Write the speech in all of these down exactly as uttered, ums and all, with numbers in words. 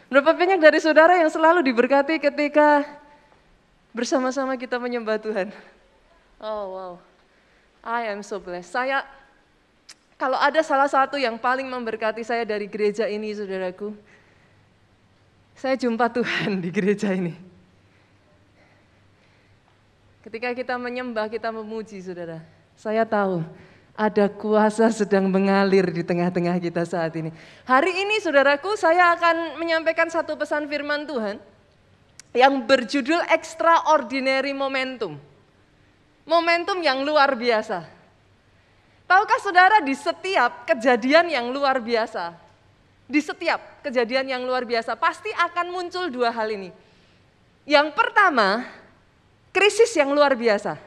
Berapa banyak dari saudara yang selalu diberkati ketika bersama-sama kita menyembah Tuhan? Oh wow, I am so blessed. Saya, kalau ada salah satu yang paling memberkati saya dari gereja ini, saudaraku, saya jumpa Tuhan di gereja ini. Ketika kita menyembah, kita memuji, saudara, saya tahu ada kuasa sedang mengalir di tengah-tengah kita saat ini. Hari ini, saudaraku, saya akan menyampaikan satu pesan firman Tuhan yang berjudul Extraordinary Momentum. Momentum yang luar biasa. Tahukah saudara, di setiap kejadian yang luar biasa, di setiap kejadian yang luar biasa, pasti akan muncul dua hal ini. Yang pertama, krisis yang luar biasa.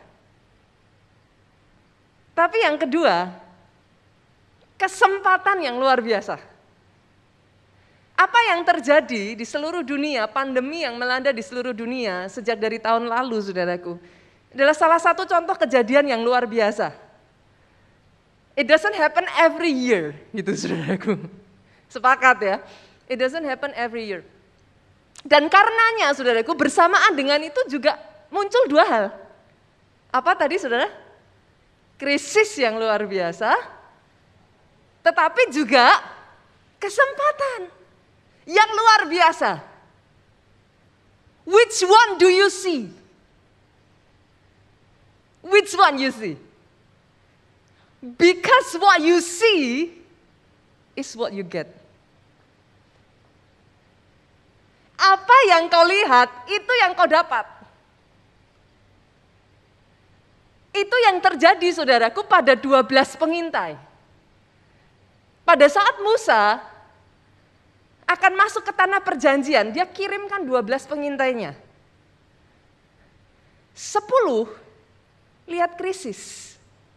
Tapi yang kedua, kesempatan yang luar biasa. Apa yang terjadi di seluruh dunia, pandemi yang melanda di seluruh dunia sejak dari tahun lalu, saudaraku, adalah salah satu contoh kejadian yang luar biasa. It doesn't happen every year, gitu saudaraku. Sepakat ya, it doesn't happen every year. Dan karenanya, saudaraku, bersamaan dengan itu juga muncul dua hal. Apa tadi, saudara? Krisis yang luar biasa, tetapi juga kesempatan yang luar biasa. Which one do you see? Which one you see? Because what you see is what you get. Apa yang kau lihat, itu yang kau dapat. Itu yang terjadi, saudaraku, pada dua belas pengintai. Pada saat Musa akan masuk ke tanah perjanjian, dia kirimkan dua belas pengintainya. Sepuluh lihat krisis.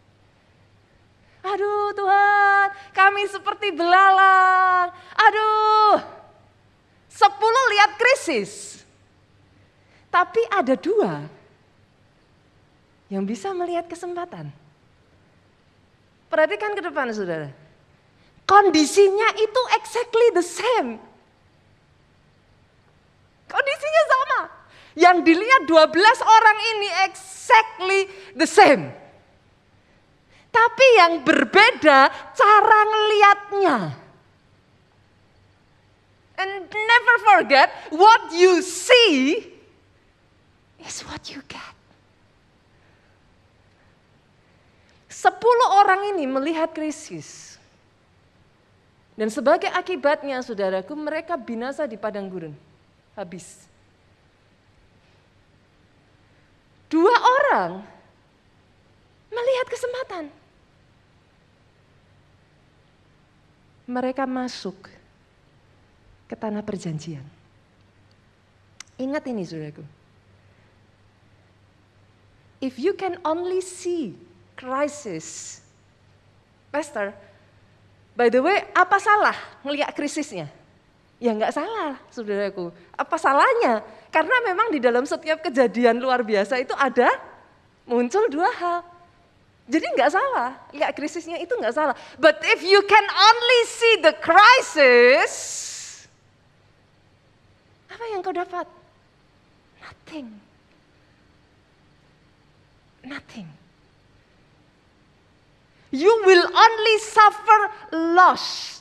Aduh Tuhan, kami seperti belalang. Aduh, sepuluh lihat krisis. Tapi ada dua yang bisa melihat kesempatan. Perhatikan ke depan, saudara. Kondisinya itu exactly the same. Kondisinya sama. Yang dilihat dua belas orang ini exactly the same. Tapi yang berbeda cara ngelihatnya. And never forget, what you see is what you get. Sepuluh orang ini melihat krisis. Dan sebagai akibatnya, saudaraku, mereka binasa di padang gurun. Habis. Dua orang melihat kesempatan. Mereka masuk ke tanah perjanjian. Ingat ini, saudaraku. If you can only see crisis, Pastor, by the way, apa salah ngelihat krisisnya? Ya nggak salah, saudaraku. Apa salahnya? Karena memang di dalam setiap kejadian luar biasa itu ada muncul dua hal. Jadi nggak salah, lihat krisisnya itu nggak salah. But if you can only see the crisis, apa yang kau dapat? Nothing. Nothing. You will only suffer loss.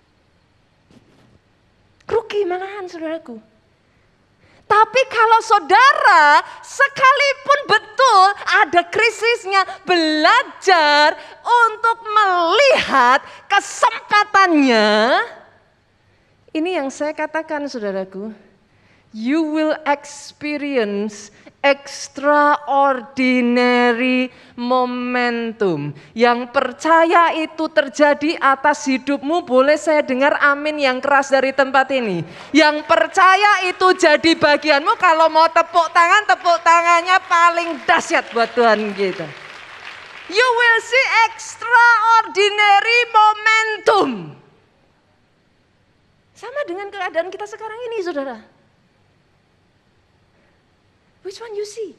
Rugi malahan, saudaraku. Tapi kalau saudara sekalipun betul ada krisisnya, belajar untuk melihat kesempatannya. Ini yang saya katakan, saudaraku. You will experience extraordinary momentum. Yang percaya itu terjadi atas hidupmu, boleh saya dengar amin yang keras dari tempat ini. Yang percaya itu jadi bagianmu, kalau mau tepuk tangan, tepuk tangannya paling dahsyat buat Tuhan kita. You will see extraordinary momentum. Sama dengan keadaan kita sekarang ini, saudara. Which one you see?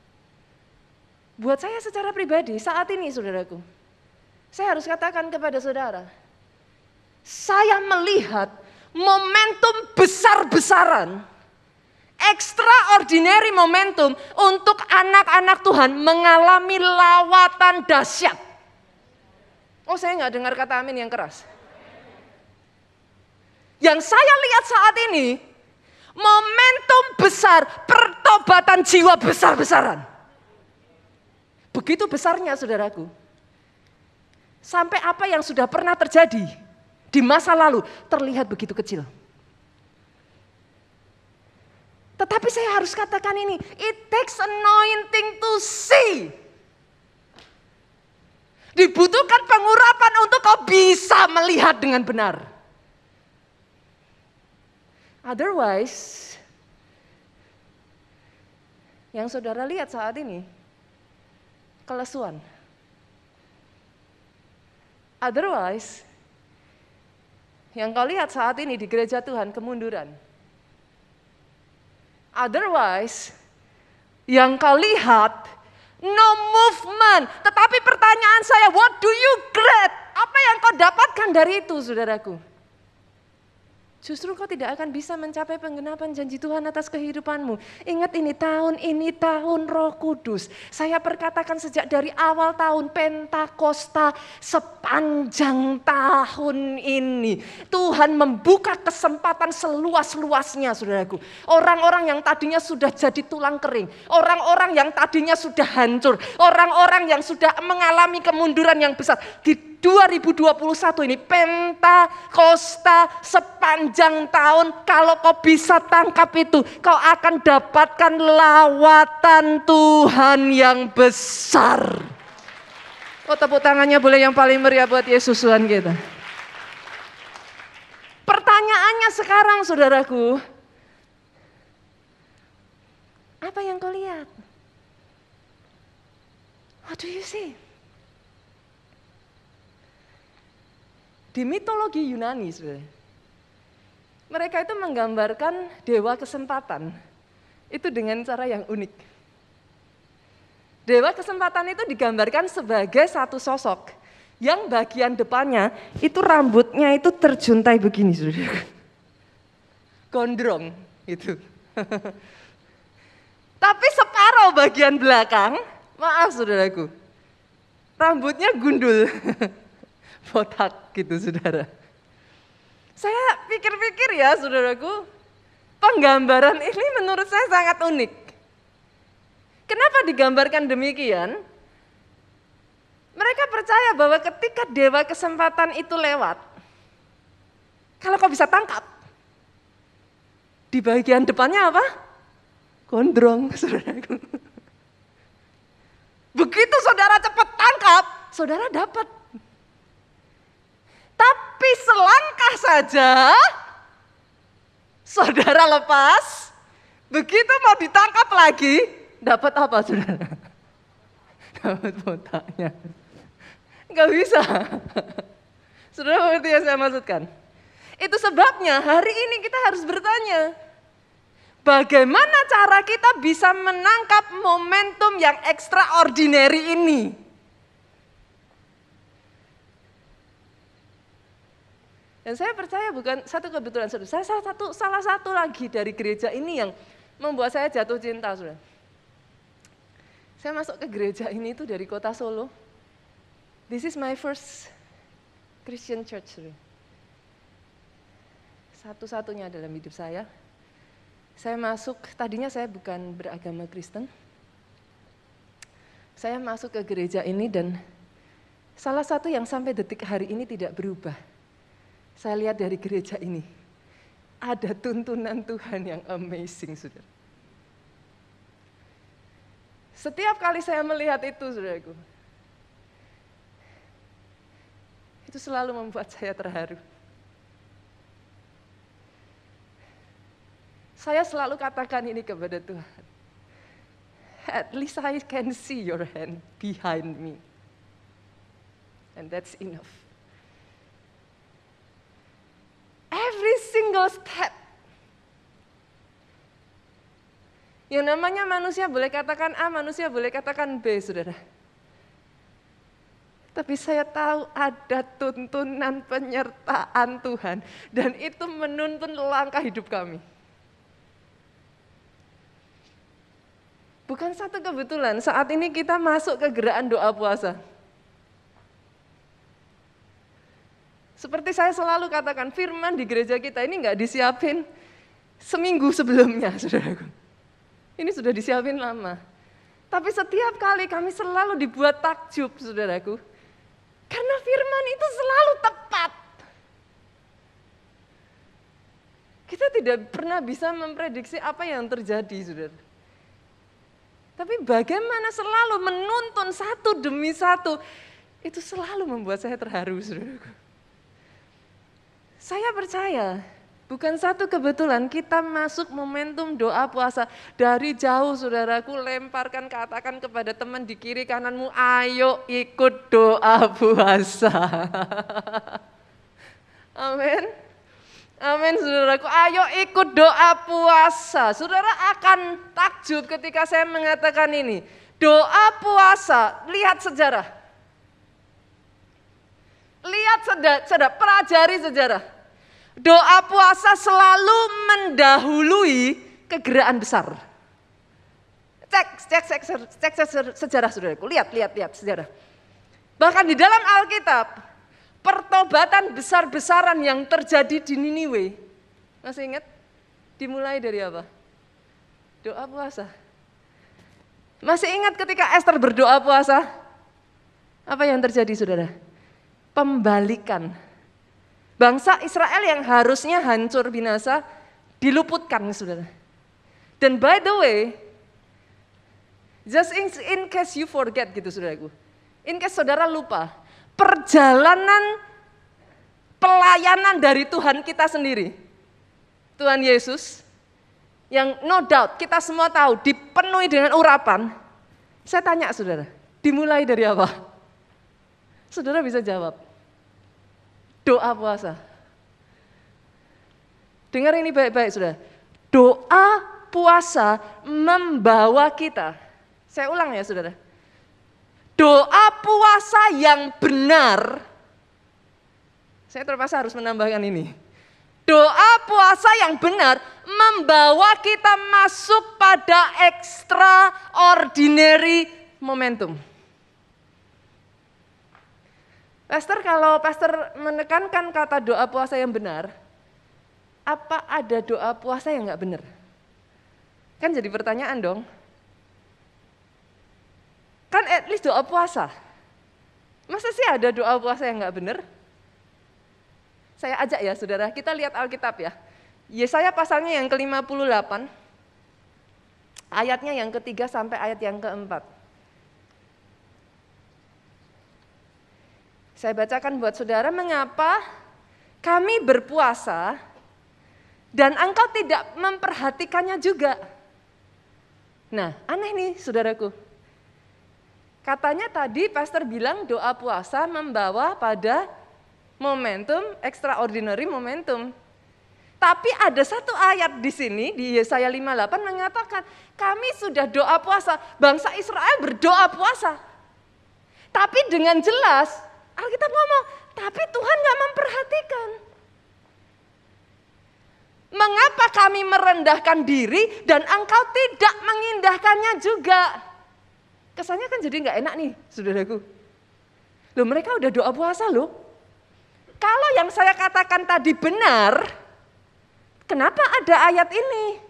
Buat saya secara pribadi saat ini, saudaraku, saya harus katakan kepada saudara, saya melihat momentum besar-besaran, extraordinary momentum untuk anak-anak Tuhan mengalami lawatan dahsyat. Oh, saya nggak dengar kata amin yang keras. Yang saya lihat saat ini, momentum besar, pertobatan jiwa besar-besaran. Begitu besarnya saudaraku. Sampai apa yang sudah pernah terjadi di masa lalu terlihat begitu kecil. Tetapi saya harus katakan ini, it takes anointing to see. Dibutuhkan pengurapan untuk kau bisa melihat dengan benar. Otherwise, yang saudara lihat saat ini, kelesuan. Otherwise, yang kau lihat saat ini di gereja Tuhan, kemunduran. Otherwise, yang kau lihat, no movement. Tetapi pertanyaan saya, what do you get? Apa yang kau dapatkan dari itu, saudaraku? Justru kau tidak akan bisa mencapai penggenapan janji Tuhan atas kehidupanmu. Ingat ini tahun, ini tahun Roh Kudus. Saya perkatakan sejak dari awal tahun Pentakosta sepanjang tahun ini. Tuhan membuka kesempatan seluas-luasnya, saudaraku. Orang-orang yang tadinya sudah jadi tulang kering. Orang-orang yang tadinya sudah hancur. Orang-orang yang sudah mengalami kemunduran yang besar. Di dua ribu dua puluh satu ini Pentakosta sepanjang tahun, kalau kau bisa tangkap itu, kau akan dapatkan lawatan Tuhan yang besar. Oh, tepuk tangannya boleh yang paling meriah buat Yesus Tuhan kita. Pertanyaannya sekarang, saudaraku, apa yang kau lihat? What do you see? Di mitologi Yunani, saudara, mereka itu menggambarkan dewa kesempatan itu dengan cara yang unik. Dewa kesempatan itu digambarkan sebagai satu sosok yang bagian depannya itu rambutnya itu terjuntai begini, saudara. Gondrong itu. Tapi separuh bagian belakang, maaf saudaraku, rambutnya gundul. Botak gitu, saudara. Saya pikir-pikir ya, saudaraku, penggambaran ini menurut saya sangat unik. Kenapa digambarkan demikian? Mereka percaya bahwa ketika dewa kesempatan itu lewat, kalau kau bisa tangkap, di bagian depannya apa? Gondrong, saudaraku. Begitu saudara cepat tangkap, saudara dapat. Tapi selangkah saja, saudara lepas, begitu mau ditangkap lagi, dapat apa saudara? Dapat botaknya. Enggak bisa. Saudara mengerti yang saya maksudkan? Itu sebabnya hari ini kita harus bertanya, bagaimana cara kita bisa menangkap momentum yang extraordinary ini? Dan saya percaya bukan satu kebetulan, saudara. Saya salah satu, salah satu lagi dari gereja ini yang membuat saya jatuh cinta, saudara. Saya masuk ke gereja ini itu dari kota Solo. This is my first Christian church, saudara. Satu-satunya dalam hidup saya. Saya masuk, tadinya saya bukan beragama Kristen. Saya masuk ke gereja ini dan salah satu yang sampai detik hari ini tidak berubah. Saya lihat dari gereja ini, ada tuntunan Tuhan yang amazing, saudara. Setiap kali saya melihat itu, saudaraku, itu selalu membuat saya terharu. Saya selalu katakan ini kepada Tuhan. At least I can see your hand behind me. And that's enough. Every single step. Yang namanya manusia boleh katakan A, manusia boleh katakan B, saudara. Tapi saya tahu ada tuntunan penyertaan Tuhan. Dan itu menuntun langkah hidup kami. Bukan satu kebetulan, saat ini kita masuk ke gerakan doa puasa. Seperti saya selalu katakan, firman di gereja kita ini nggak disiapin seminggu sebelumnya, saudaraku. Ini sudah disiapin lama. Tapi setiap kali kami selalu dibuat takjub, saudaraku. Karena firman itu selalu tepat. Kita tidak pernah bisa memprediksi apa yang terjadi, saudara. Tapi bagaimana selalu menuntun satu demi satu, itu selalu membuat saya terharu, saudaraku. Saya percaya, bukan satu kebetulan kita masuk momentum doa puasa. Dari jauh, saudaraku, lemparkan, katakan kepada teman di kiri kananmu, ayo ikut doa puasa. Amin. Amin, saudaraku. Ayo ikut doa puasa. Saudara akan takjub ketika saya mengatakan ini. Doa puasa, lihat sejarah. Lihat sejarah, pelajari sejarah. Doa puasa selalu mendahului kegerakan besar. Cek, cek, cek, cek, cek sejarah, saudaraku. Lihat, lihat, lihat sejarah. Bahkan di dalam Alkitab, pertobatan besar-besaran yang terjadi di Niniwe, masih ingat? Dimulai dari apa? Doa puasa. Masih ingat ketika Esther berdoa puasa? Apa yang terjadi, saudara? Pembalikan. Bangsa Israel yang harusnya hancur binasa, diluputkan, saudara. Dan by the way, just in, in case you forget gitu, saudaraku. In case saudara lupa, perjalanan pelayanan dari Tuhan kita sendiri, Tuhan Yesus, yang no doubt kita semua tahu dipenuhi dengan urapan. Saya tanya, saudara, dimulai dari apa? Saudara bisa jawab. Doa puasa. Dengar ini baik-baik, saudara. Doa puasa membawa kita. Saya ulang ya, saudara. Doa puasa yang benar. Saya terpaksa harus menambahkan ini. Doa puasa yang benar membawa kita masuk pada extraordinary momentum. Pastor, kalau pastor menekankan kata doa puasa yang benar, apa ada doa puasa yang nggak benar? Kan jadi pertanyaan dong. Kan at least doa puasa. Masa sih ada doa puasa yang nggak benar? Saya ajak ya, saudara, kita lihat Alkitab ya. Yesaya pasalnya yang ke lima puluh delapan, ayatnya yang ketiga sampai ayat yang keempat. Saya bacakan buat saudara, mengapa kami berpuasa dan engkau tidak memperhatikannya juga. Nah, aneh nih saudaraku. Katanya tadi pastor bilang doa puasa membawa pada momentum, extraordinary momentum. Tapi ada satu ayat di sini, di Yesaya lima puluh delapan mengatakan, kami sudah doa puasa, bangsa Israel berdoa puasa. Tapi dengan jelas, Alkitab ngomong, tapi Tuhan gak memperhatikan. Mengapa kami merendahkan diri dan engkau tidak mengindahkannya juga? Kesannya kan jadi gak enak nih, saudaraku. Loh, mereka udah doa puasa loh. Kalau yang saya katakan tadi benar, kenapa ada ayat ini?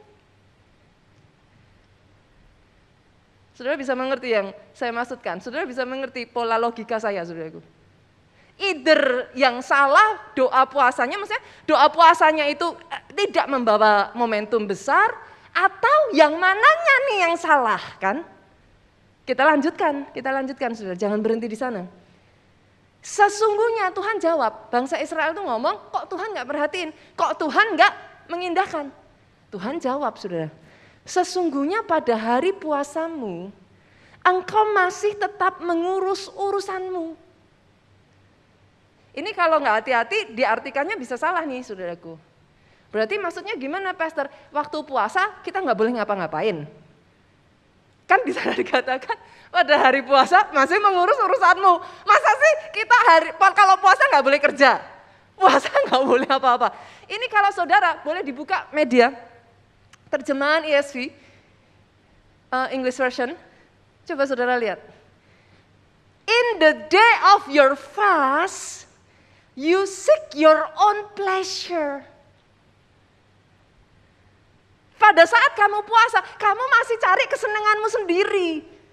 Saudara bisa mengerti yang saya maksudkan? Saudara bisa mengerti pola logika saya, saudaraku? Either yang salah doa puasanya, maksudnya doa puasanya itu tidak membawa momentum besar, atau yang mananya nih yang salah, kan? Kita lanjutkan, kita lanjutkan, saudara, jangan berhenti di sana. Sesungguhnya Tuhan jawab, bangsa Israel itu ngomong, kok Tuhan gak perhatiin, kok Tuhan gak mengindahkan. Tuhan jawab, saudara, sesungguhnya pada hari puasamu, engkau masih tetap mengurus urusanmu. Ini kalau nggak hati-hati diartikannya bisa salah nih, saudaraku. Berarti maksudnya gimana, pastor? Waktu puasa kita nggak boleh ngapa-ngapain. Kan di sana dikatakan pada hari puasa masih mengurus urusanmu. Masa sih kita hari kalau puasa nggak boleh kerja, puasa nggak boleh apa-apa. Ini kalau saudara boleh dibuka media terjemahan E S V, uh, English version. Coba saudara lihat. In the day of your fast, you seek your own pleasure. Pada saat kamu puasa, kamu masih cari kesenanganmu sendiri.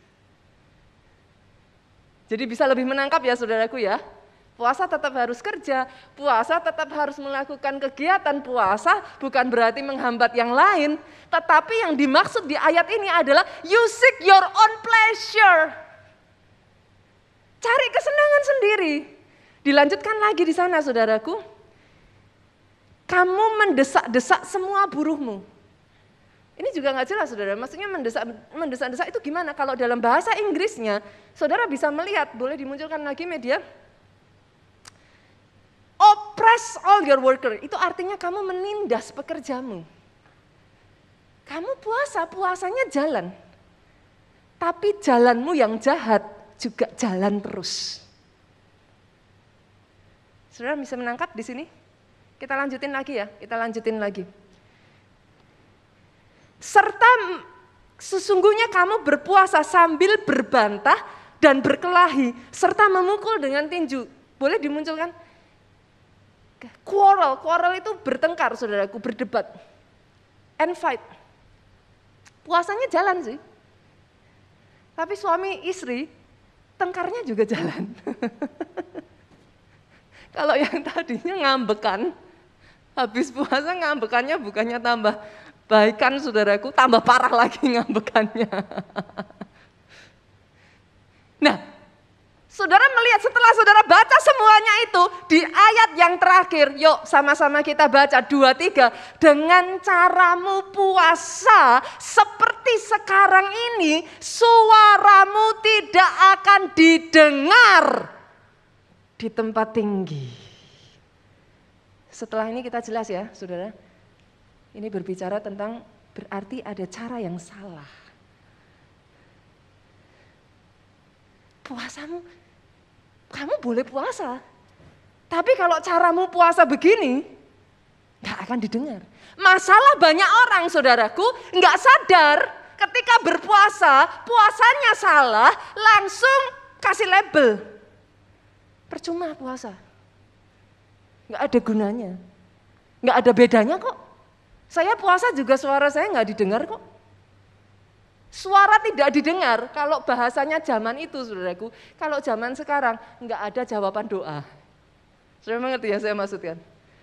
Jadi bisa lebih menangkap ya saudaraku ya. Puasa tetap harus kerja, puasa tetap harus melakukan kegiatan puasa, bukan berarti menghambat yang lain. Tetapi yang dimaksud di ayat ini adalah you seek your own pleasure. Cari kesenangan sendiri. Dilanjutkan lagi di sana saudaraku. Kamu mendesak-desak semua buruhmu. Ini juga nggak jelas saudara, maksudnya mendesak, mendesak-desak itu gimana? Kalau dalam bahasa Inggrisnya, saudara bisa melihat, boleh dimunculkan lagi media. Oppress all your worker, itu artinya kamu menindas pekerjamu. Kamu puasa, puasanya jalan. Tapi jalanmu yang jahat juga jalan terus. Saudara bisa menangkap di sini? Kita lanjutin lagi ya, kita lanjutin lagi. Serta sesungguhnya kamu berpuasa sambil berbantah dan berkelahi, serta memukul dengan tinju. Boleh dimunculkan? Quarrel, quarrel itu bertengkar saudaraku, berdebat. And fight. Puasanya jalan sih. Tapi suami istri, tengkarnya juga jalan. Kalau yang tadinya ngambekan, habis puasa ngambekannya bukannya tambah baikan saudaraku, tambah parah lagi ngambekannya. Nah, saudara melihat setelah saudara baca semuanya itu, di ayat yang terakhir, yuk sama-sama kita baca, dua, tiga. Dengan caramu puasa seperti sekarang ini, suaramu tidak akan didengar di tempat tinggi. Setelah ini kita jelas ya saudara. Ini berbicara tentang berarti ada cara yang salah. Puasamu, kamu boleh puasa. Tapi kalau caramu puasa begini, gak akan didengar. Masalah banyak orang saudaraku gak sadar ketika berpuasa, puasanya salah, langsung kasih label. Percuma puasa. Gak ada gunanya. Gak ada bedanya kok. Saya puasa juga suara saya nggak didengar kok. Suara tidak didengar kalau bahasanya zaman itu saudaraku. Kalau zaman sekarang nggak ada jawaban doa. Saudara mengerti ya saya maksudkan?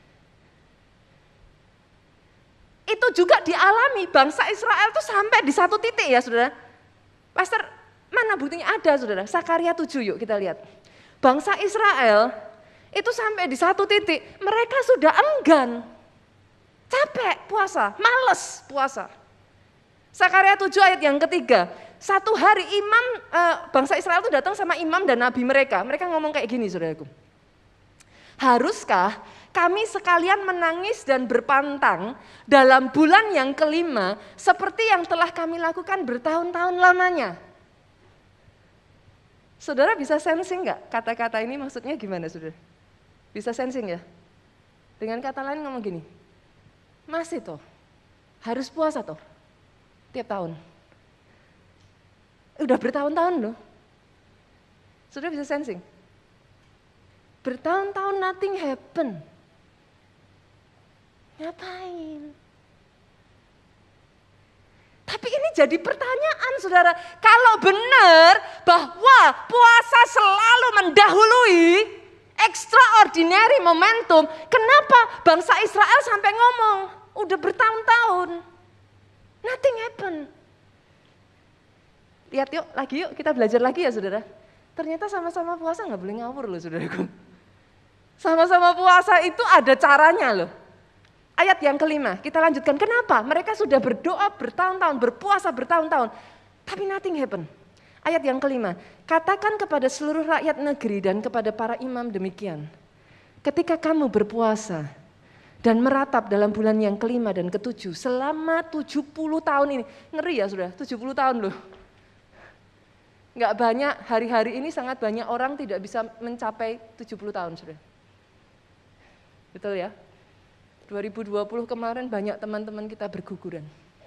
Itu juga dialami bangsa Israel tuh sampai di satu titik ya saudara. Pastor, mana buktinya? Ada saudara, Sakaria tujuh yuk kita lihat. Bangsa Israel itu sampai di satu titik mereka sudah enggan. Capek puasa, males puasa. Sakaria tujuh ayat yang ketiga. Satu hari imam, eh, bangsa Israel itu datang sama imam dan nabi mereka. Mereka ngomong kayak gini saudaraku. Haruskah kami sekalian menangis dan berpantang dalam bulan yang kelima seperti yang telah kami lakukan bertahun-tahun lamanya? Saudara bisa sensing nggak kata-kata ini maksudnya gimana saudara? Bisa sensing ya? Dengan kata lain ngomong gini. Masih toh, harus puasa toh, tiap tahun. Udah bertahun-tahun loh. Sudah bisa sensing. Bertahun-tahun nothing happen. Ngapain? Tapi ini jadi pertanyaan saudara. Kalau benar bahwa puasa selalu mendahului extraordinary momentum, kenapa bangsa Israel sampai ngomong, udah bertahun-tahun, nothing happen. Lihat yuk, lagi yuk, kita belajar lagi ya saudara. Ternyata sama-sama puasa nggak boleh ngawur loh saudaraku. Sama-sama puasa itu ada caranya loh. Ayat yang kelima, kita lanjutkan. Kenapa? Mereka sudah berdoa bertahun-tahun, berpuasa bertahun-tahun, tapi nothing happen. Ayat yang kelima, katakan kepada seluruh rakyat negeri dan kepada para imam demikian. Ketika kamu berpuasa dan meratap dalam bulan yang kelima dan ketujuh selama tujuh puluh tahun ini. Ngeri ya sudah, tujuh puluh tahun loh. Nggak banyak, hari-hari ini sangat banyak orang tidak bisa mencapai tujuh puluh tahun sudah. Betul ya? dua ribu dua puluh kemarin banyak teman-teman kita berguguran.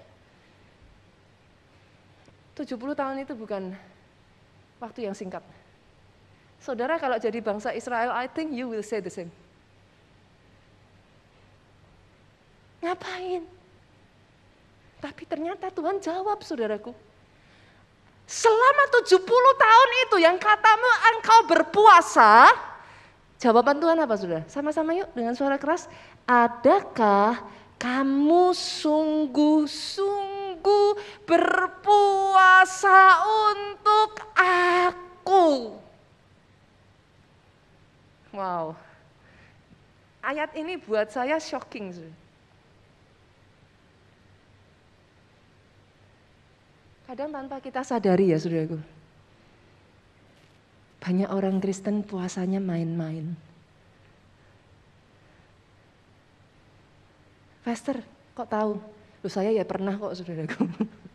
tujuh puluh tahun itu bukan waktu yang singkat. Saudara kalau jadi bangsa Israel, I think you will say the same. Ngapain? Tapi ternyata Tuhan jawab, saudaraku. Selama tujuh puluh tahun itu yang katamu engkau berpuasa, jawaban Tuhan apa, saudara? Sama-sama yuk dengan suara keras. Adakah kamu sungguh-sungguh berpuasa untuk aku? Wow. Ayat ini buat saya shocking, saudara. Kadang tanpa kita sadari ya saudaraku, banyak orang Kristen puasanya main-main. Pastor, kok tahu? Loh saya ya pernah kok saudaraku.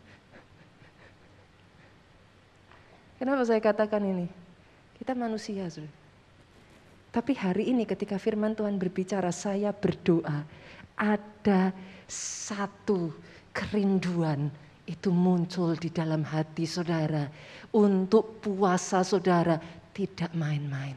Kenapa saya katakan ini? Kita manusia saudara. Tapi hari ini ketika firman Tuhan berbicara, saya berdoa, ada satu kerinduan itu muncul di dalam hati saudara untuk puasa saudara tidak main-main.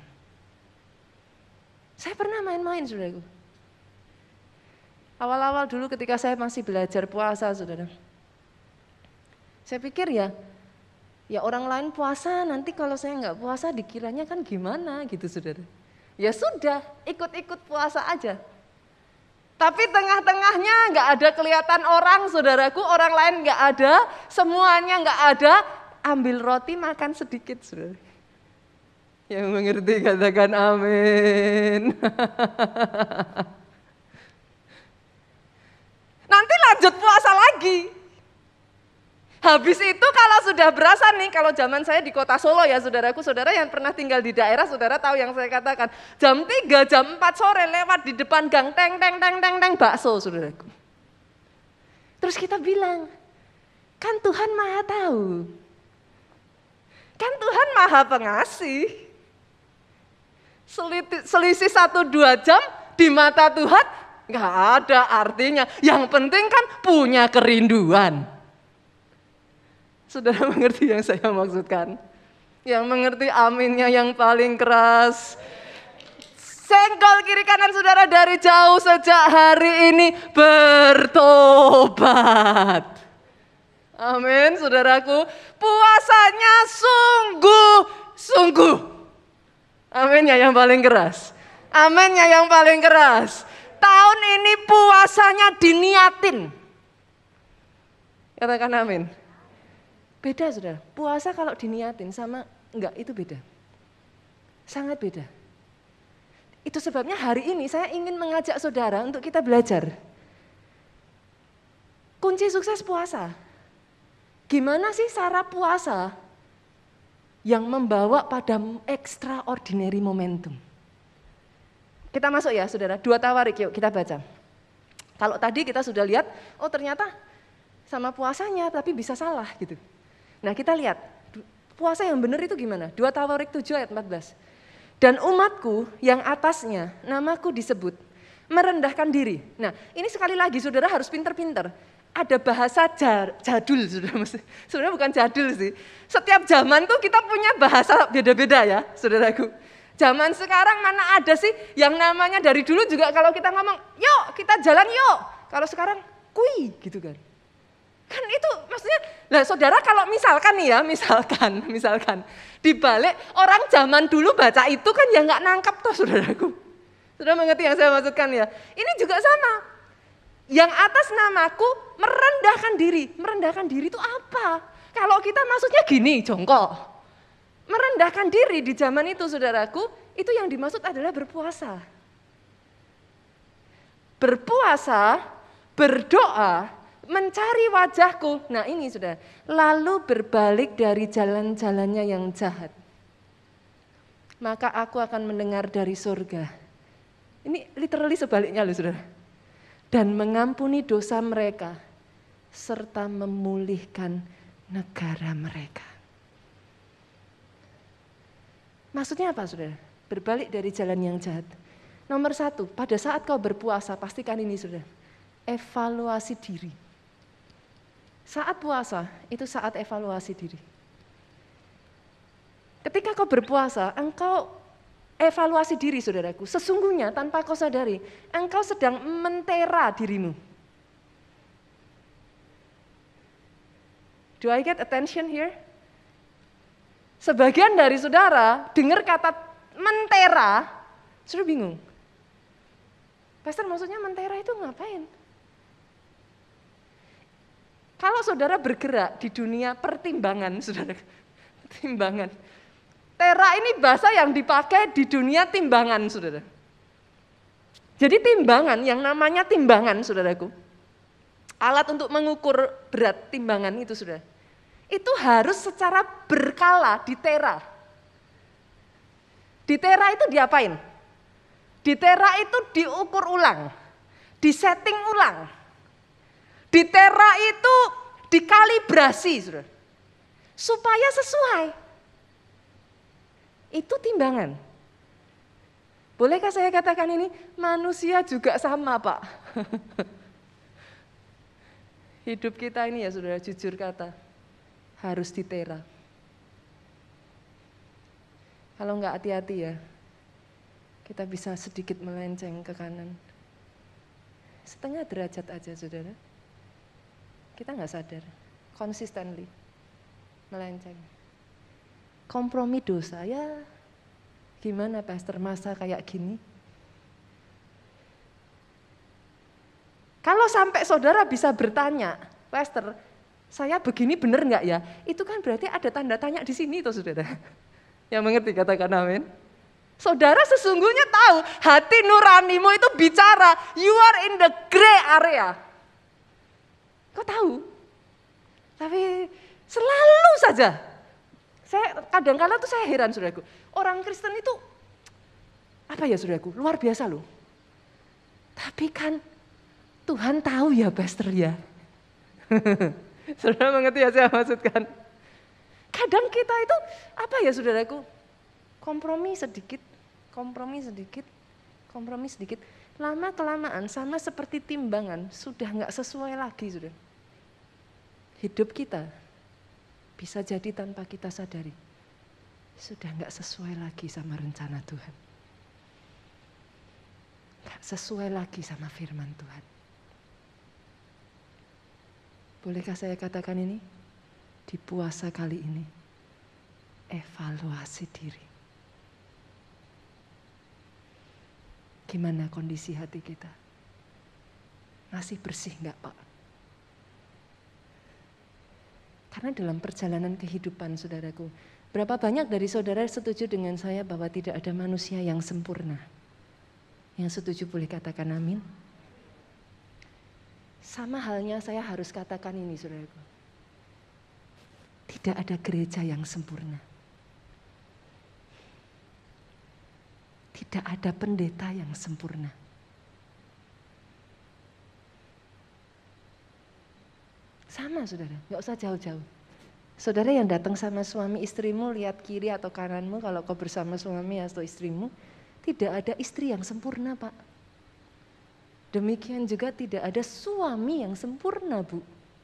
Saya pernah main-main saudaraku. Awal-awal dulu ketika saya masih belajar puasa saudara. Saya pikir ya, ya orang lain puasa nanti kalau saya nggak puasa dikiranya kan gimana gitu saudara. Ya sudah ikut-ikut puasa aja. Tapi tengah-tengahnya nggak ada kelihatan orang, saudaraku, orang lain nggak ada, semuanya nggak ada, ambil roti makan sedikit, saudara. Yang mengerti katakan amin. Nanti lanjut puasa lagi. Habis itu kalau sudah berasa nih, kalau zaman saya di kota Solo ya saudaraku, saudara yang pernah tinggal di daerah, saudara tahu yang saya katakan. Jam tiga, jam empat sore lewat di depan gang, teng, teng, teng, teng, teng, bakso saudaraku. Terus kita bilang, kan Tuhan Maha tahu. Kan Tuhan Maha pengasih. Selisih satu dua jam di mata Tuhan, gak ada artinya. Yang penting kan punya kerinduan. Saudara mengerti yang saya maksudkan? Yang mengerti aminnya yang paling keras. Senggol kiri kanan saudara dari jauh sejak hari ini bertobat. Amin saudaraku. Puasanya sungguh-sungguh. Aminnya yang paling keras. Aminnya yang paling keras. Tahun ini puasanya diniatin. Katakan amin. Beda saudara, puasa kalau diniatin sama enggak itu beda. Sangat beda. Itu sebabnya hari ini saya ingin mengajak saudara untuk kita belajar. Kunci sukses puasa. Gimana sih cara puasa yang membawa pada extraordinary momentum? Kita masuk ya saudara, dua Tawarik yuk kita baca. Kalau tadi kita sudah lihat, oh ternyata sama puasanya tapi bisa salah gitu. Nah kita lihat, puasa yang benar itu gimana? dua Tawarik tujuh ayat empat belas. Dan umatku yang atasnya namaku disebut, merendahkan diri. Nah ini sekali lagi saudara harus pinter-pinter. Ada bahasa jadul, saudara. Sebenarnya bukan jadul sih. Setiap zaman tuh kita punya bahasa beda-beda ya saudaraku. Zaman sekarang mana ada sih yang namanya dari dulu juga kalau kita ngomong, yuk kita jalan yuk. Kalau sekarang, kui gitu kan. Kan itu maksudnya, lah saudara kalau misalkan nih ya, misalkan, misalkan dibalik orang zaman dulu baca itu kan ya nggak nangkap tuh saudaraku. Saudara mengerti yang saya maksudkan ya? Ini juga sama. Yang atas namaku merendahkan diri. Merendahkan diri itu apa? Kalau kita maksudnya gini, jongkok. Merendahkan diri di zaman itu saudaraku, itu yang dimaksud adalah berpuasa. Berpuasa, berdoa, mencari wajahku. Nah ini sudah, lalu berbalik dari jalan-jalannya yang jahat. Maka aku akan mendengar dari surga. Ini literally sebaliknya loh saudara. Dan mengampuni dosa mereka, serta memulihkan negara mereka. Maksudnya apa saudara? Berbalik dari jalan yang jahat. Nomor satu, pada saat kau berpuasa, pastikan ini saudara, evaluasi diri. Saat puasa, itu saat evaluasi diri. Ketika kau berpuasa, engkau evaluasi diri saudaraku. Sesungguhnya tanpa kau sadari, engkau sedang mentera dirimu. Do I get attention here? Sebagian dari saudara dengar kata mentera, sudah bingung. Pastor, maksudnya mentera itu ngapain? Kalau saudara bergerak di dunia pertimbangan, saudara, timbangan. Tera ini bahasa yang dipakai di dunia timbangan, saudara. Jadi timbangan, yang namanya timbangan, saudaraku. Alat untuk mengukur berat timbangan itu, saudara. Itu harus secara berkala ditera. Ditera itu diapain? Ditera itu diukur ulang, disetting ulang. Ditera itu dikalibrasi, saudara. Supaya sesuai. Itu timbangan. Bolehkah saya katakan ini? Manusia juga sama, Pak. Hidup kita ini ya saudara, jujur kata, harus ditera. Kalau enggak hati-hati ya, kita bisa sedikit melenceng ke kanan. Setengah derajat aja saudara. Kita enggak sadar, consistently melenceng. Kompromi dosa, ya gimana pastor masa kayak gini? Kalau sampai saudara bisa bertanya, pastor saya begini benar enggak ya? Itu kan berarti ada tanda tanya di sini toh saudara. Yang mengerti katakan amin. Saudara sesungguhnya tahu hati nuranimu itu bicara, you are in the gray area. Kau tahu? Tapi selalu saja. Saya kadang-kadang tuh saya heran saudaraku, orang Kristen itu apa ya saudaraku, luar biasa loh. Tapi kan Tuhan tahu ya pastor ya. Saudara mengerti ya saya maksudkan. Kadang kita itu apa ya saudaraku, kompromi sedikit, kompromi sedikit, kompromi sedikit. Lama kelamaan sama seperti timbangan, sudah nggak sesuai lagi saudara. Hidup kita bisa jadi tanpa kita sadari, sudah nggak sesuai lagi sama rencana Tuhan. Nggak sesuai lagi sama firman Tuhan. Bolehkah saya katakan ini? Di puasa kali ini, evaluasi diri. Gimana kondisi hati kita? Masih bersih nggak Pak? Karena dalam perjalanan kehidupan saudaraku, berapa banyak dari saudara setuju dengan saya bahwa tidak ada manusia yang sempurna? Yang setuju boleh katakan amin. Sama halnya saya harus katakan ini saudaraku. Tidak ada gereja yang sempurna. Tidak ada pendeta yang sempurna. Sama saudara, nggak usah jauh-jauh. Saudara yang datang sama suami istrimu, lihat kiri atau kananmu kalau kau bersama suami atau istrimu, tidak ada istri yang sempurna Pak. Demikian juga tidak ada suami yang sempurna Bu.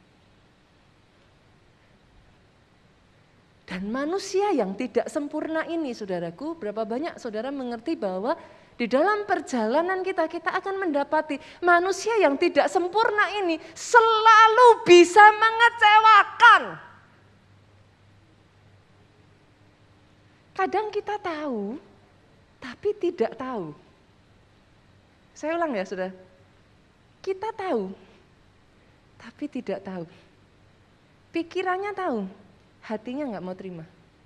Dan manusia yang tidak sempurna ini saudaraku, berapa banyak saudara mengerti bahwa di dalam perjalanan kita, kita akan mendapati manusia yang tidak sempurna ini selalu bisa mengecewakan. Kadang kita tahu, tapi tidak tahu. Saya ulang ya saudara, kita tahu, tapi tidak tahu. Pikirannya tahu, hatinya nggak mau terima.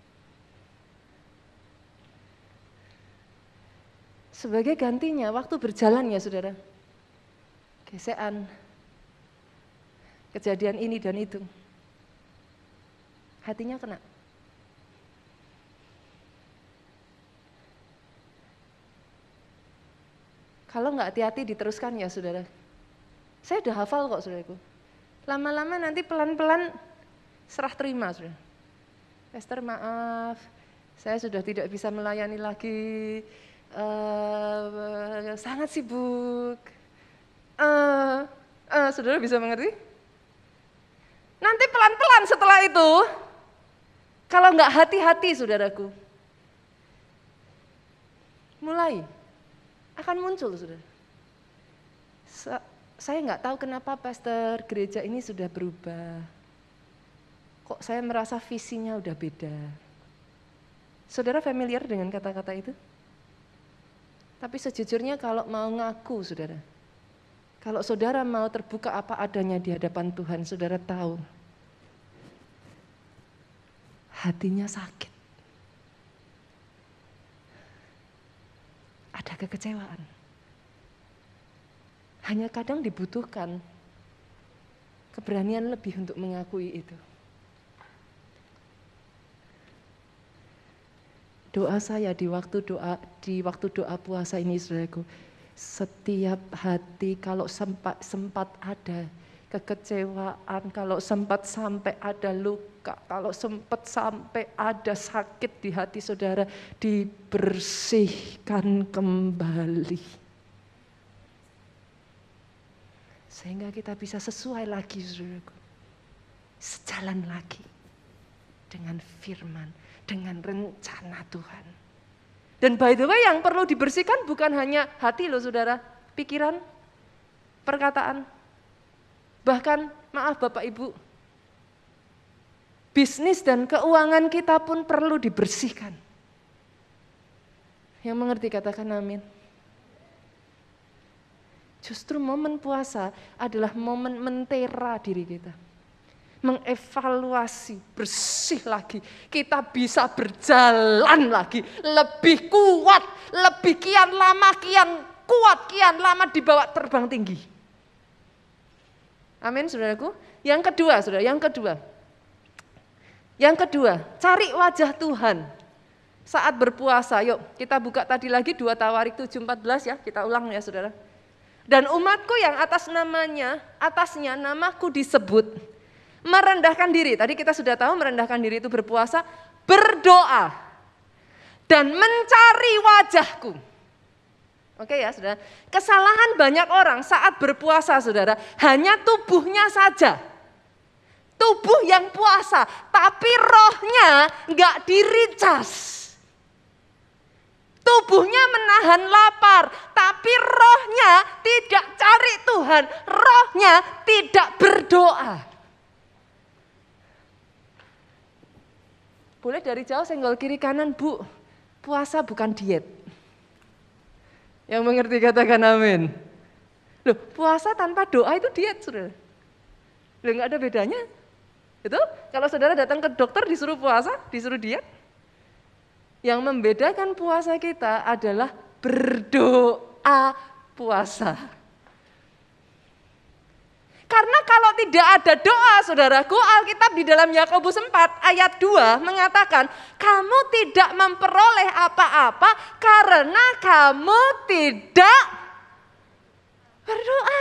Sebagai gantinya, waktu berjalan ya saudara, gesekan, kejadian ini dan itu, hatinya kena. Kalau nggak hati-hati diteruskan ya saudara, saya udah hafal kok saudaraku. Lama-lama nanti pelan-pelan serah terima saudara. Pastor maaf, Saya sudah tidak bisa melayani lagi, uh, sangat sibuk. Uh, uh, saudara bisa mengerti? Nanti pelan-pelan setelah itu, kalau nggak hati-hati saudaraku, mulai akan muncul saudara. Saya nggak tahu kenapa pastor gereja ini sudah berubah. Kok saya merasa visinya udah beda. Saudara familiar dengan kata-kata itu? Tapi sejujurnya kalau mau ngaku saudara, kalau saudara mau terbuka apa adanya di hadapan Tuhan, saudara tahu hatinya sakit. Ada kekecewaan. Hanya kadang dibutuhkan keberanian lebih untuk mengakui itu. Doa saya di waktu doa di waktu doa puasa ini saudaraku, setiap hati kalau sempat sempat ada kekecewaan, kalau sempat sampai ada luka, kalau sempat sampai ada sakit di hati saudara, dibersihkan kembali. Sehingga kita bisa sesuai lagi saudaraku, sejalan lagi dengan firman, dengan rencana Tuhan. Dan by the way yang perlu dibersihkan bukan hanya hati loh saudara, pikiran, perkataan, bahkan maaf Bapak Ibu, bisnis dan keuangan kita pun perlu dibersihkan. Yang mengerti katakan amin. Justru momen puasa adalah momen mentera diri kita. Mengevaluasi, bersih lagi. Kita bisa berjalan lagi, lebih kuat, lebih kian lama, kian kuat, kian lama dibawa terbang tinggi. Amin saudaraku. Yang kedua, saudara, yang kedua. Yang kedua, cari wajah Tuhan saat berpuasa. Yuk kita buka tadi lagi dua Tawarik tujuh empat belas ya, kita ulang ya saudara. Dan umatku yang atas namanya, atasnya namaku disebut, merendahkan diri. Tadi kita sudah tahu merendahkan diri itu berpuasa, berdoa, dan mencari wajahku. Oke ya saudara, kesalahan banyak orang saat berpuasa saudara, hanya tubuhnya saja. Tubuh yang puasa, tapi rohnya nggak diricas. Tubuhnya menahan lapar, tapi rohnya tidak cari Tuhan, rohnya tidak berdoa. Boleh dari jauh senggol kiri kanan, Bu. Puasa bukan diet. Yang mengerti katakan amin. Loh, puasa tanpa doa itu diet, saudara. Loh, nggak ada bedanya. Itu kalau saudara datang ke dokter disuruh puasa, disuruh diet. Yang membedakan puasa kita adalah berdoa puasa. Karena kalau tidak ada doa, saudaraku, Alkitab di dalam Yakobus empat ayat dua mengatakan, kamu tidak memperoleh apa-apa karena kamu tidak berdoa.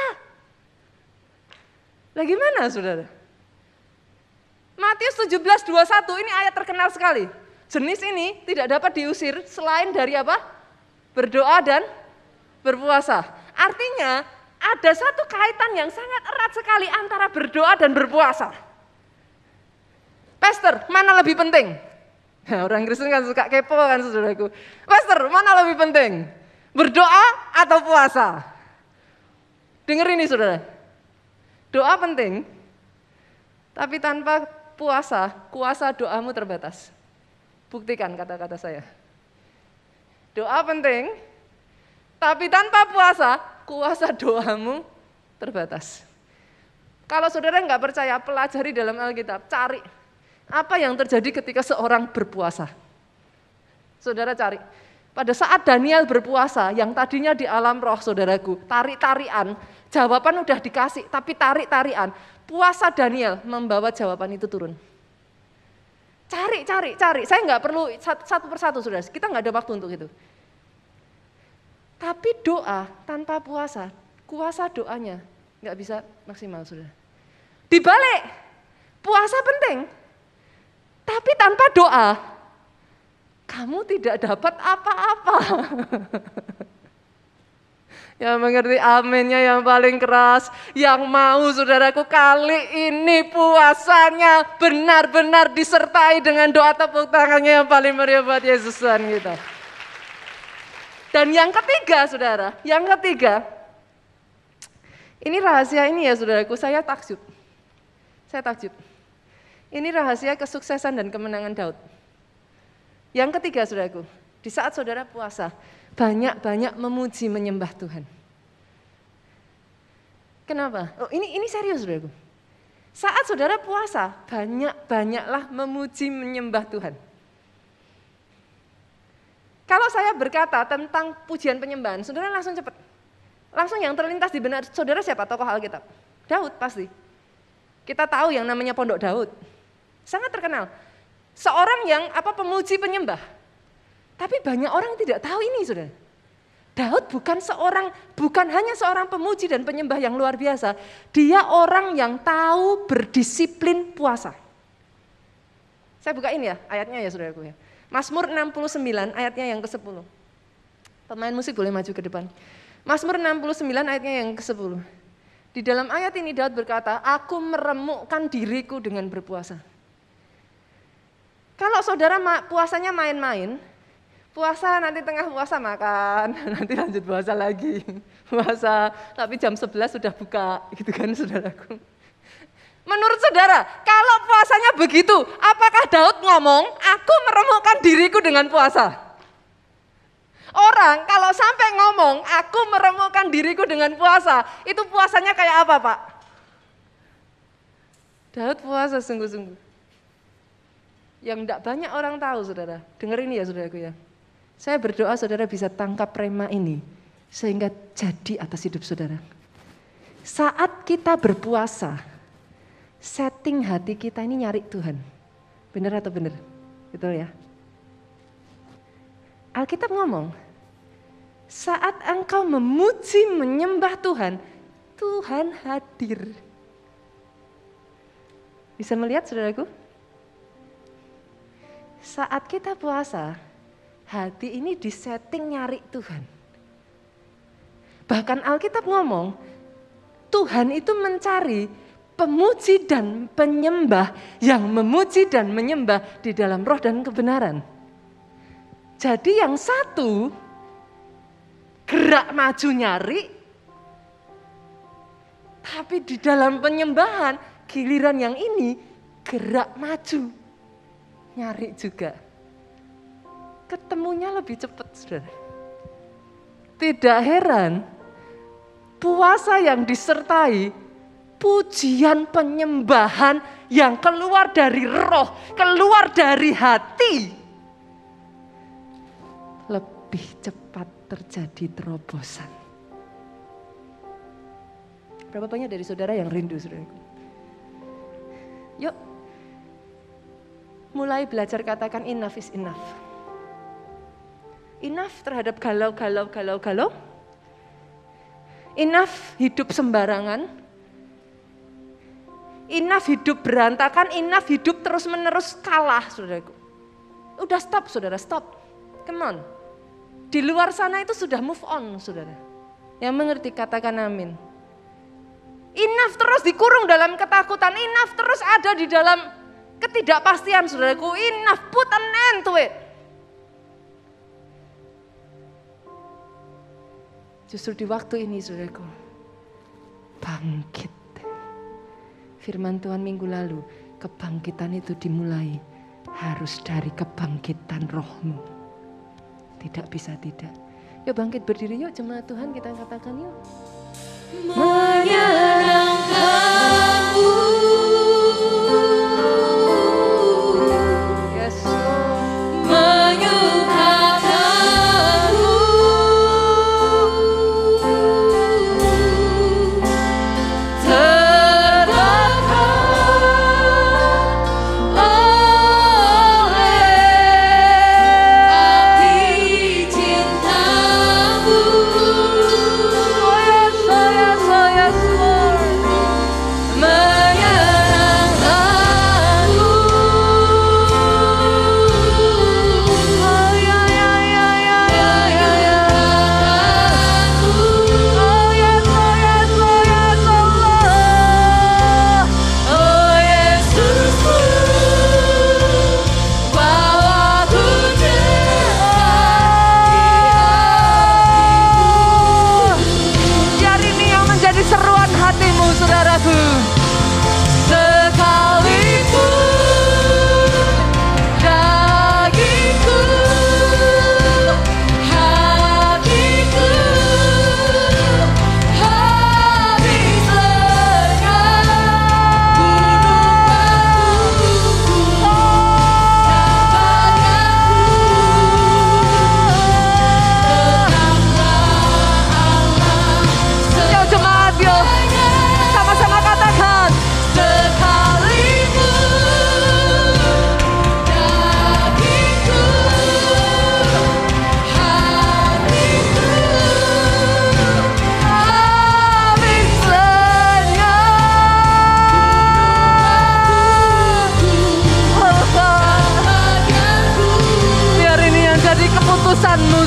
Lah gimana, saudara? Matius tujuh belas dua puluh satu ini ayat terkenal sekali. Jenis ini tidak dapat diusir selain dari apa? Berdoa dan berpuasa. Artinya ada satu kaitan yang sangat erat sekali antara berdoa dan berpuasa. Pastor, mana lebih penting? Nah, orang Kristen kan suka kepo kan saudaraku. Pastor, mana lebih penting? Berdoa atau puasa? Dengar ini saudara. Doa penting, tapi tanpa puasa, kuasa doamu terbatas. Buktikan kata-kata saya. Doa penting, tapi tanpa puasa, kuasa doamu terbatas. Kalau saudara nggak percaya, pelajari dalam Alkitab, cari apa yang terjadi ketika seorang berpuasa. Saudara cari. Pada saat Daniel berpuasa, yang tadinya di alam roh saudaraku, tarik-tarian, jawaban udah dikasih, tapi tarik-tarian. Puasa Daniel membawa jawaban itu turun. Cari, cari, cari. Saya nggak perlu satu persatu, saudara. Kita nggak ada waktu untuk itu. Tapi doa tanpa puasa, kuasa doanya nggak bisa maksimal, saudara. Dibalik, puasa penting, tapi tanpa doa, kamu tidak dapat apa-apa. Yang mengerti aminnya yang paling keras, yang mau saudaraku kali ini puasanya benar-benar disertai dengan doa tepuk tangannya yang paling meriah buat Yesus Tuhan kita. Dan yang ketiga saudara, yang ketiga, ini rahasia ini ya saudaraku, saya takjub. Saya takjub. Ini rahasia kesuksesan dan kemenangan Daud. Yang ketiga saudaraku, di saat saudara puasa, banyak-banyak memuji menyembah Tuhan. Kenapa? Oh, ini ini serius saudaraku. Saat saudara puasa, banyak-banyaklah memuji menyembah Tuhan. Kalau saya berkata tentang pujian penyembahan, saudara langsung cepat. Langsung yang terlintas di benak saudara siapa tokoh Alkitab? Daud pasti. Kita tahu yang namanya Pondok Daud. Sangat terkenal. Seorang yang apa pemuji penyembah. Tapi banyak orang yang tidak tahu ini, saudara. Daud bukan seorang, bukan hanya seorang pemuji dan penyembah yang luar biasa. Dia orang yang tahu berdisiplin puasa. Saya bukain ya ayatnya ya saudaraku ya. Mazmur enam puluh sembilan ayatnya yang kesepuluh. Pemain musik boleh maju ke depan. Mazmur enam puluh sembilan ayatnya yang kesepuluh. Di dalam ayat ini Daud berkata, aku meremukkan diriku dengan berpuasa. Kalau saudara puasanya main-main, puasa nanti tengah puasa makan, nanti lanjut puasa lagi. Puasa, tapi jam sebelas sudah buka, gitu kan saudaraku. Menurut saudara, kalau puasanya begitu, apakah Daud ngomong, aku meremukkan diriku dengan puasa? Orang kalau sampai ngomong, aku meremukkan diriku dengan puasa, itu puasanya kayak apa Pak? Daud puasa sungguh-sungguh. Yang tidak banyak orang tahu saudara, dengar ini ya saudaraku ya. Saya berdoa saudara bisa tangkap rema ini, sehingga jadi atas hidup saudara. Saat kita berpuasa, setting hati kita ini nyari Tuhan. Benar atau benar? Betul ya? Alkitab ngomong, saat engkau memuji menyembah Tuhan, Tuhan hadir. Bisa melihat saudaraku? Saat kita puasa, hati ini disetting nyari Tuhan. Bahkan Alkitab ngomong, Tuhan itu mencari pemuji dan penyembah yang memuji dan menyembah di dalam roh dan kebenaran. Jadi yang satu gerak maju nyari, tapi di dalam penyembahan giliran yang ini gerak maju nyari juga. Ketemunya lebih cepat saudara. Tidak heran puasa yang disertai pujian penyembahan yang keluar dari roh, keluar dari hati, lebih cepat terjadi terobosan. Berapa banyak dari saudara yang rindu saudaraku? Yuk, mulai belajar katakan enough is enough. Enough terhadap galau, galau, galau, galau. Enough hidup sembarangan. Enough hidup berantakan, enough hidup terus menerus kalah saudaraku. Udah stop saudara, stop. Come on. Di luar sana itu sudah move on saudara. Yang mengerti katakan amin. Enough terus dikurung dalam ketakutan, enough terus ada di dalam ketidakpastian saudaraku, enough, put an end to it. Justru di waktu ini saudaraku, bangkit. Firman Tuhan minggu lalu, kebangkitan itu dimulai harus dari kebangkitan rohmu. Tidak bisa tidak. Yuk bangkit berdiri yuk jemaat Tuhan, kita katakan yuk. Menyenangkanmu.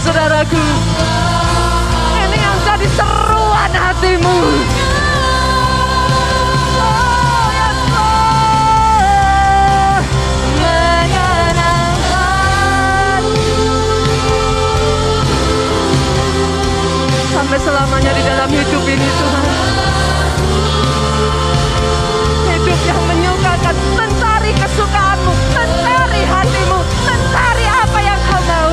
saudaraku. Ini yang jadi seruan hatimu. Oh, ya Tuhan, menyenangkan. Sampai selamanya di dalam hidup ini Tuhan. Hidup yang menyukakan, mencari kesukaanmu, mencari hatimu, mencari apa yang kau mau.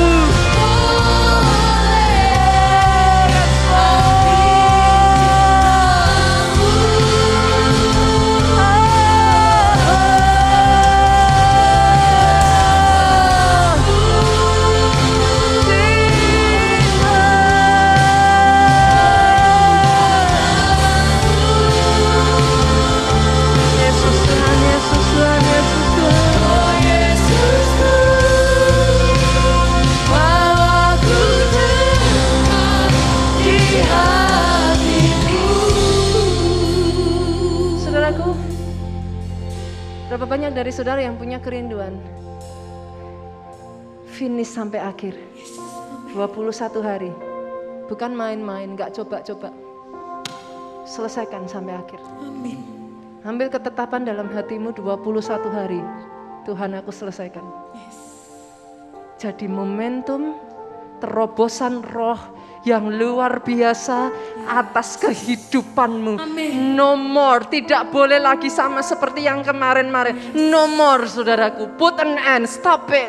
Berapa banyak dari saudara yang punya kerinduan finish sampai akhir dua puluh satu hari, bukan main-main, gak coba-coba, selesaikan sampai akhir. Amin. Ambil ketetapan dalam hatimu dua puluh satu hari, Tuhan aku selesaikan. Yes. Jadi momentum terobosan roh yang luar biasa atas kehidupanmu. Amin. No more, tidak boleh lagi sama seperti yang kemarin-kemarin. No more, saudaraku. Put an end, stop it.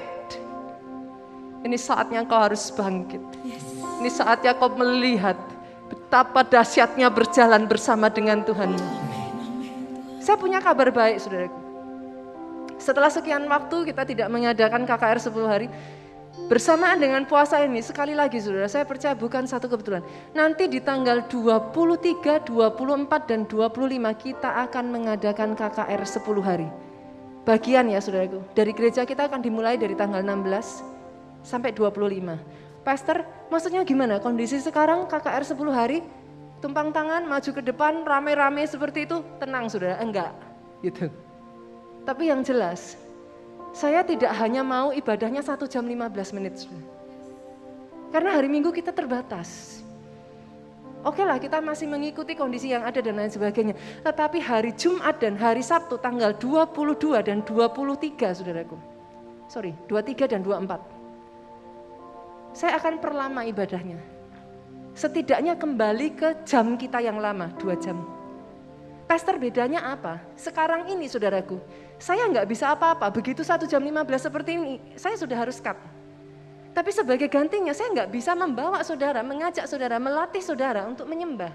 Ini saatnya kau harus bangkit. Yes. Ini saatnya kau melihat betapa dahsyatnya berjalan bersama dengan Tuhan. Saya punya kabar baik, saudaraku. Setelah sekian waktu kita tidak mengadakan K K R sepuluh hari. Bersamaan dengan puasa ini, sekali lagi saudara, saya percaya bukan satu kebetulan. Nanti di tanggal dua puluh tiga, dua puluh empat, dan dua puluh lima kita akan mengadakan K K R sepuluh hari. Bagian ya saudaraku, dari gereja kita akan dimulai dari tanggal enam belas sampai dua puluh lima. Pastor, maksudnya gimana? Kondisi sekarang K K R sepuluh hari, tumpang tangan, maju ke depan, rame-rame seperti itu, tenang saudara, enggak. Gitu. Tapi yang jelas, saya tidak hanya mau ibadahnya satu jam lima belas menit. Karena hari Minggu kita terbatas. Oke lah, kita masih mengikuti kondisi yang ada dan lain sebagainya. Tetapi hari Jumat dan hari Sabtu tanggal dua puluh dua dan dua puluh tiga saudaraku. Sorry, dua puluh tiga dan dua puluh empat. Saya akan perlama ibadahnya. Setidaknya kembali ke jam kita yang lama, dua jam. Pastor, bedanya apa? Sekarang ini saudaraku, saya nggak bisa apa-apa, begitu satu jam lima belas seperti ini, saya sudah harus cut. Tapi sebagai gantinya, saya nggak bisa membawa saudara, mengajak saudara, melatih saudara untuk menyembah.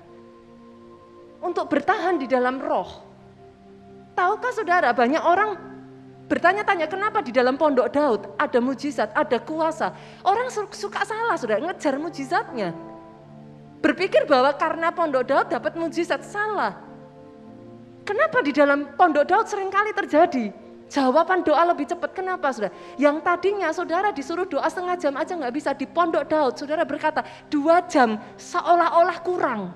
Untuk bertahan di dalam roh. Tahukah saudara, banyak orang bertanya-tanya, kenapa di dalam pondok Daud ada mujizat, ada kuasa. Orang suka salah, saudara, ngejar mujizatnya. Berpikir bahwa karena pondok Daud dapat mujizat, salah. Kenapa di dalam pondok Daud seringkali terjadi? Jawaban doa lebih cepat. Kenapa saudara? Yang tadinya saudara disuruh doa setengah jam aja nggak bisa, di pondok Daud saudara berkata dua jam seolah-olah kurang.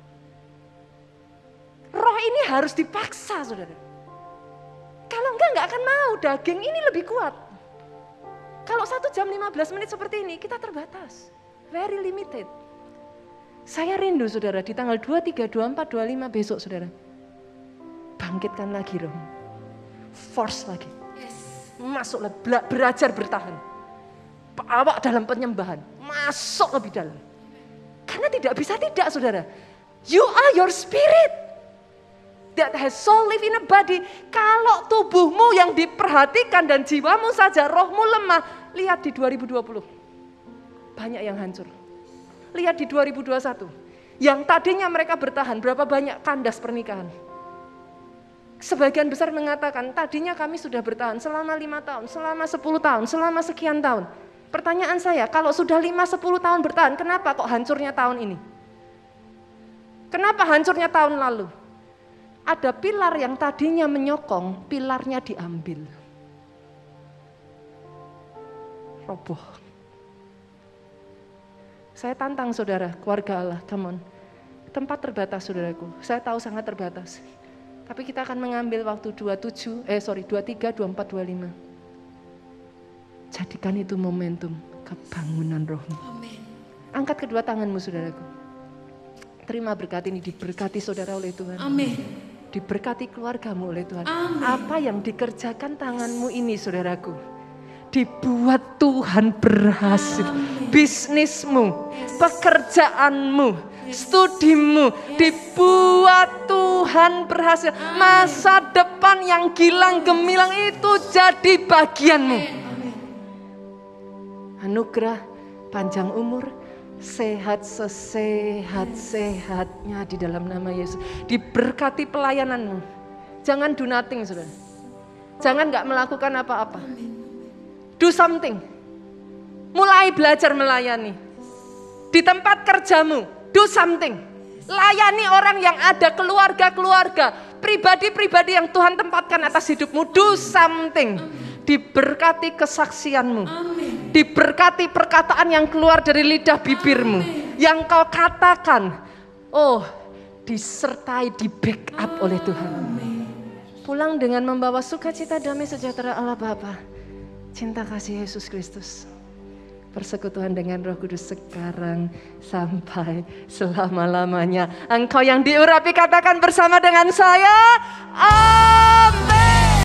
Roh ini harus dipaksa saudara. Kalau enggak nggak akan mau, daging ini lebih kuat. Kalau satu jam lima belas menit seperti ini kita terbatas. Very limited. Saya rindu saudara di tanggal dua puluh tiga, dua puluh empat, dua puluh lima besok saudara. Bangkitkan lagi roh, force lagi, masuklah, belajar bertahan, awak dalam penyembahan, masuk lebih dalam. Karena tidak bisa tidak saudara, you are your spirit that has soul live in a body. Kalau tubuhmu yang diperhatikan dan jiwamu saja, rohmu lemah, lihat di dua ribu dua puluh, banyak yang hancur. Lihat di dua ribu dua puluh satu, yang tadinya mereka bertahan, berapa banyak kandas pernikahan. Sebagian besar mengatakan, tadinya kami sudah bertahan selama lima tahun, selama sepuluh tahun, selama sekian tahun. Pertanyaan saya, kalau sudah lima sepuluh tahun bertahan, kenapa kok hancurnya tahun ini? Kenapa hancurnya tahun lalu? Ada pilar yang tadinya menyokong, pilarnya diambil. Roboh. Saya tantang saudara, keluarga Allah, come on. Tempat terbatas saudaraku, saya tahu sangat terbatas. Tapi kita akan mengambil waktu dua puluh tujuh, eh sorry, dua puluh tiga, dua puluh empat, dua puluh lima. Jadikan itu momentum kebangunan rohmu. Amin. Angkat kedua tanganmu saudaraku. Terima berkat ini, diberkati saudara oleh Tuhan. Amin. Diberkati keluargamu oleh Tuhan. Amin. Apa yang dikerjakan tanganmu ini saudaraku, dibuat Tuhan berhasil. Amin. Bisnismu, pekerjaanmu, studimu, dibuat Tuhan berhasil. Masa depan yang gilang gemilang itu jadi bagianmu. Anugerah, panjang umur, sehat sesehat-sehatnya di dalam nama Yesus. Diberkati pelayananmu. Jangan do nothing, saudara. Jangan gak melakukan apa-apa. Do something. Mulai belajar melayani. Di tempat kerjamu, do something. Layani orang yang ada, keluarga-keluarga, pribadi-pribadi yang Tuhan tempatkan atas hidupmu. Do something. Diberkati kesaksianmu. Amin. Diberkati perkataan yang keluar dari lidah bibirmu. Amin. Yang kau katakan, oh disertai, di backup oleh Tuhan. Amin. Pulang dengan membawa sukacita, damai sejahtera Allah Bapa, cinta kasih Yesus Kristus, persekutuan dengan Roh Kudus sekarang sampai selama-lamanya. Engkau yang diurapi katakan bersama dengan saya, amin.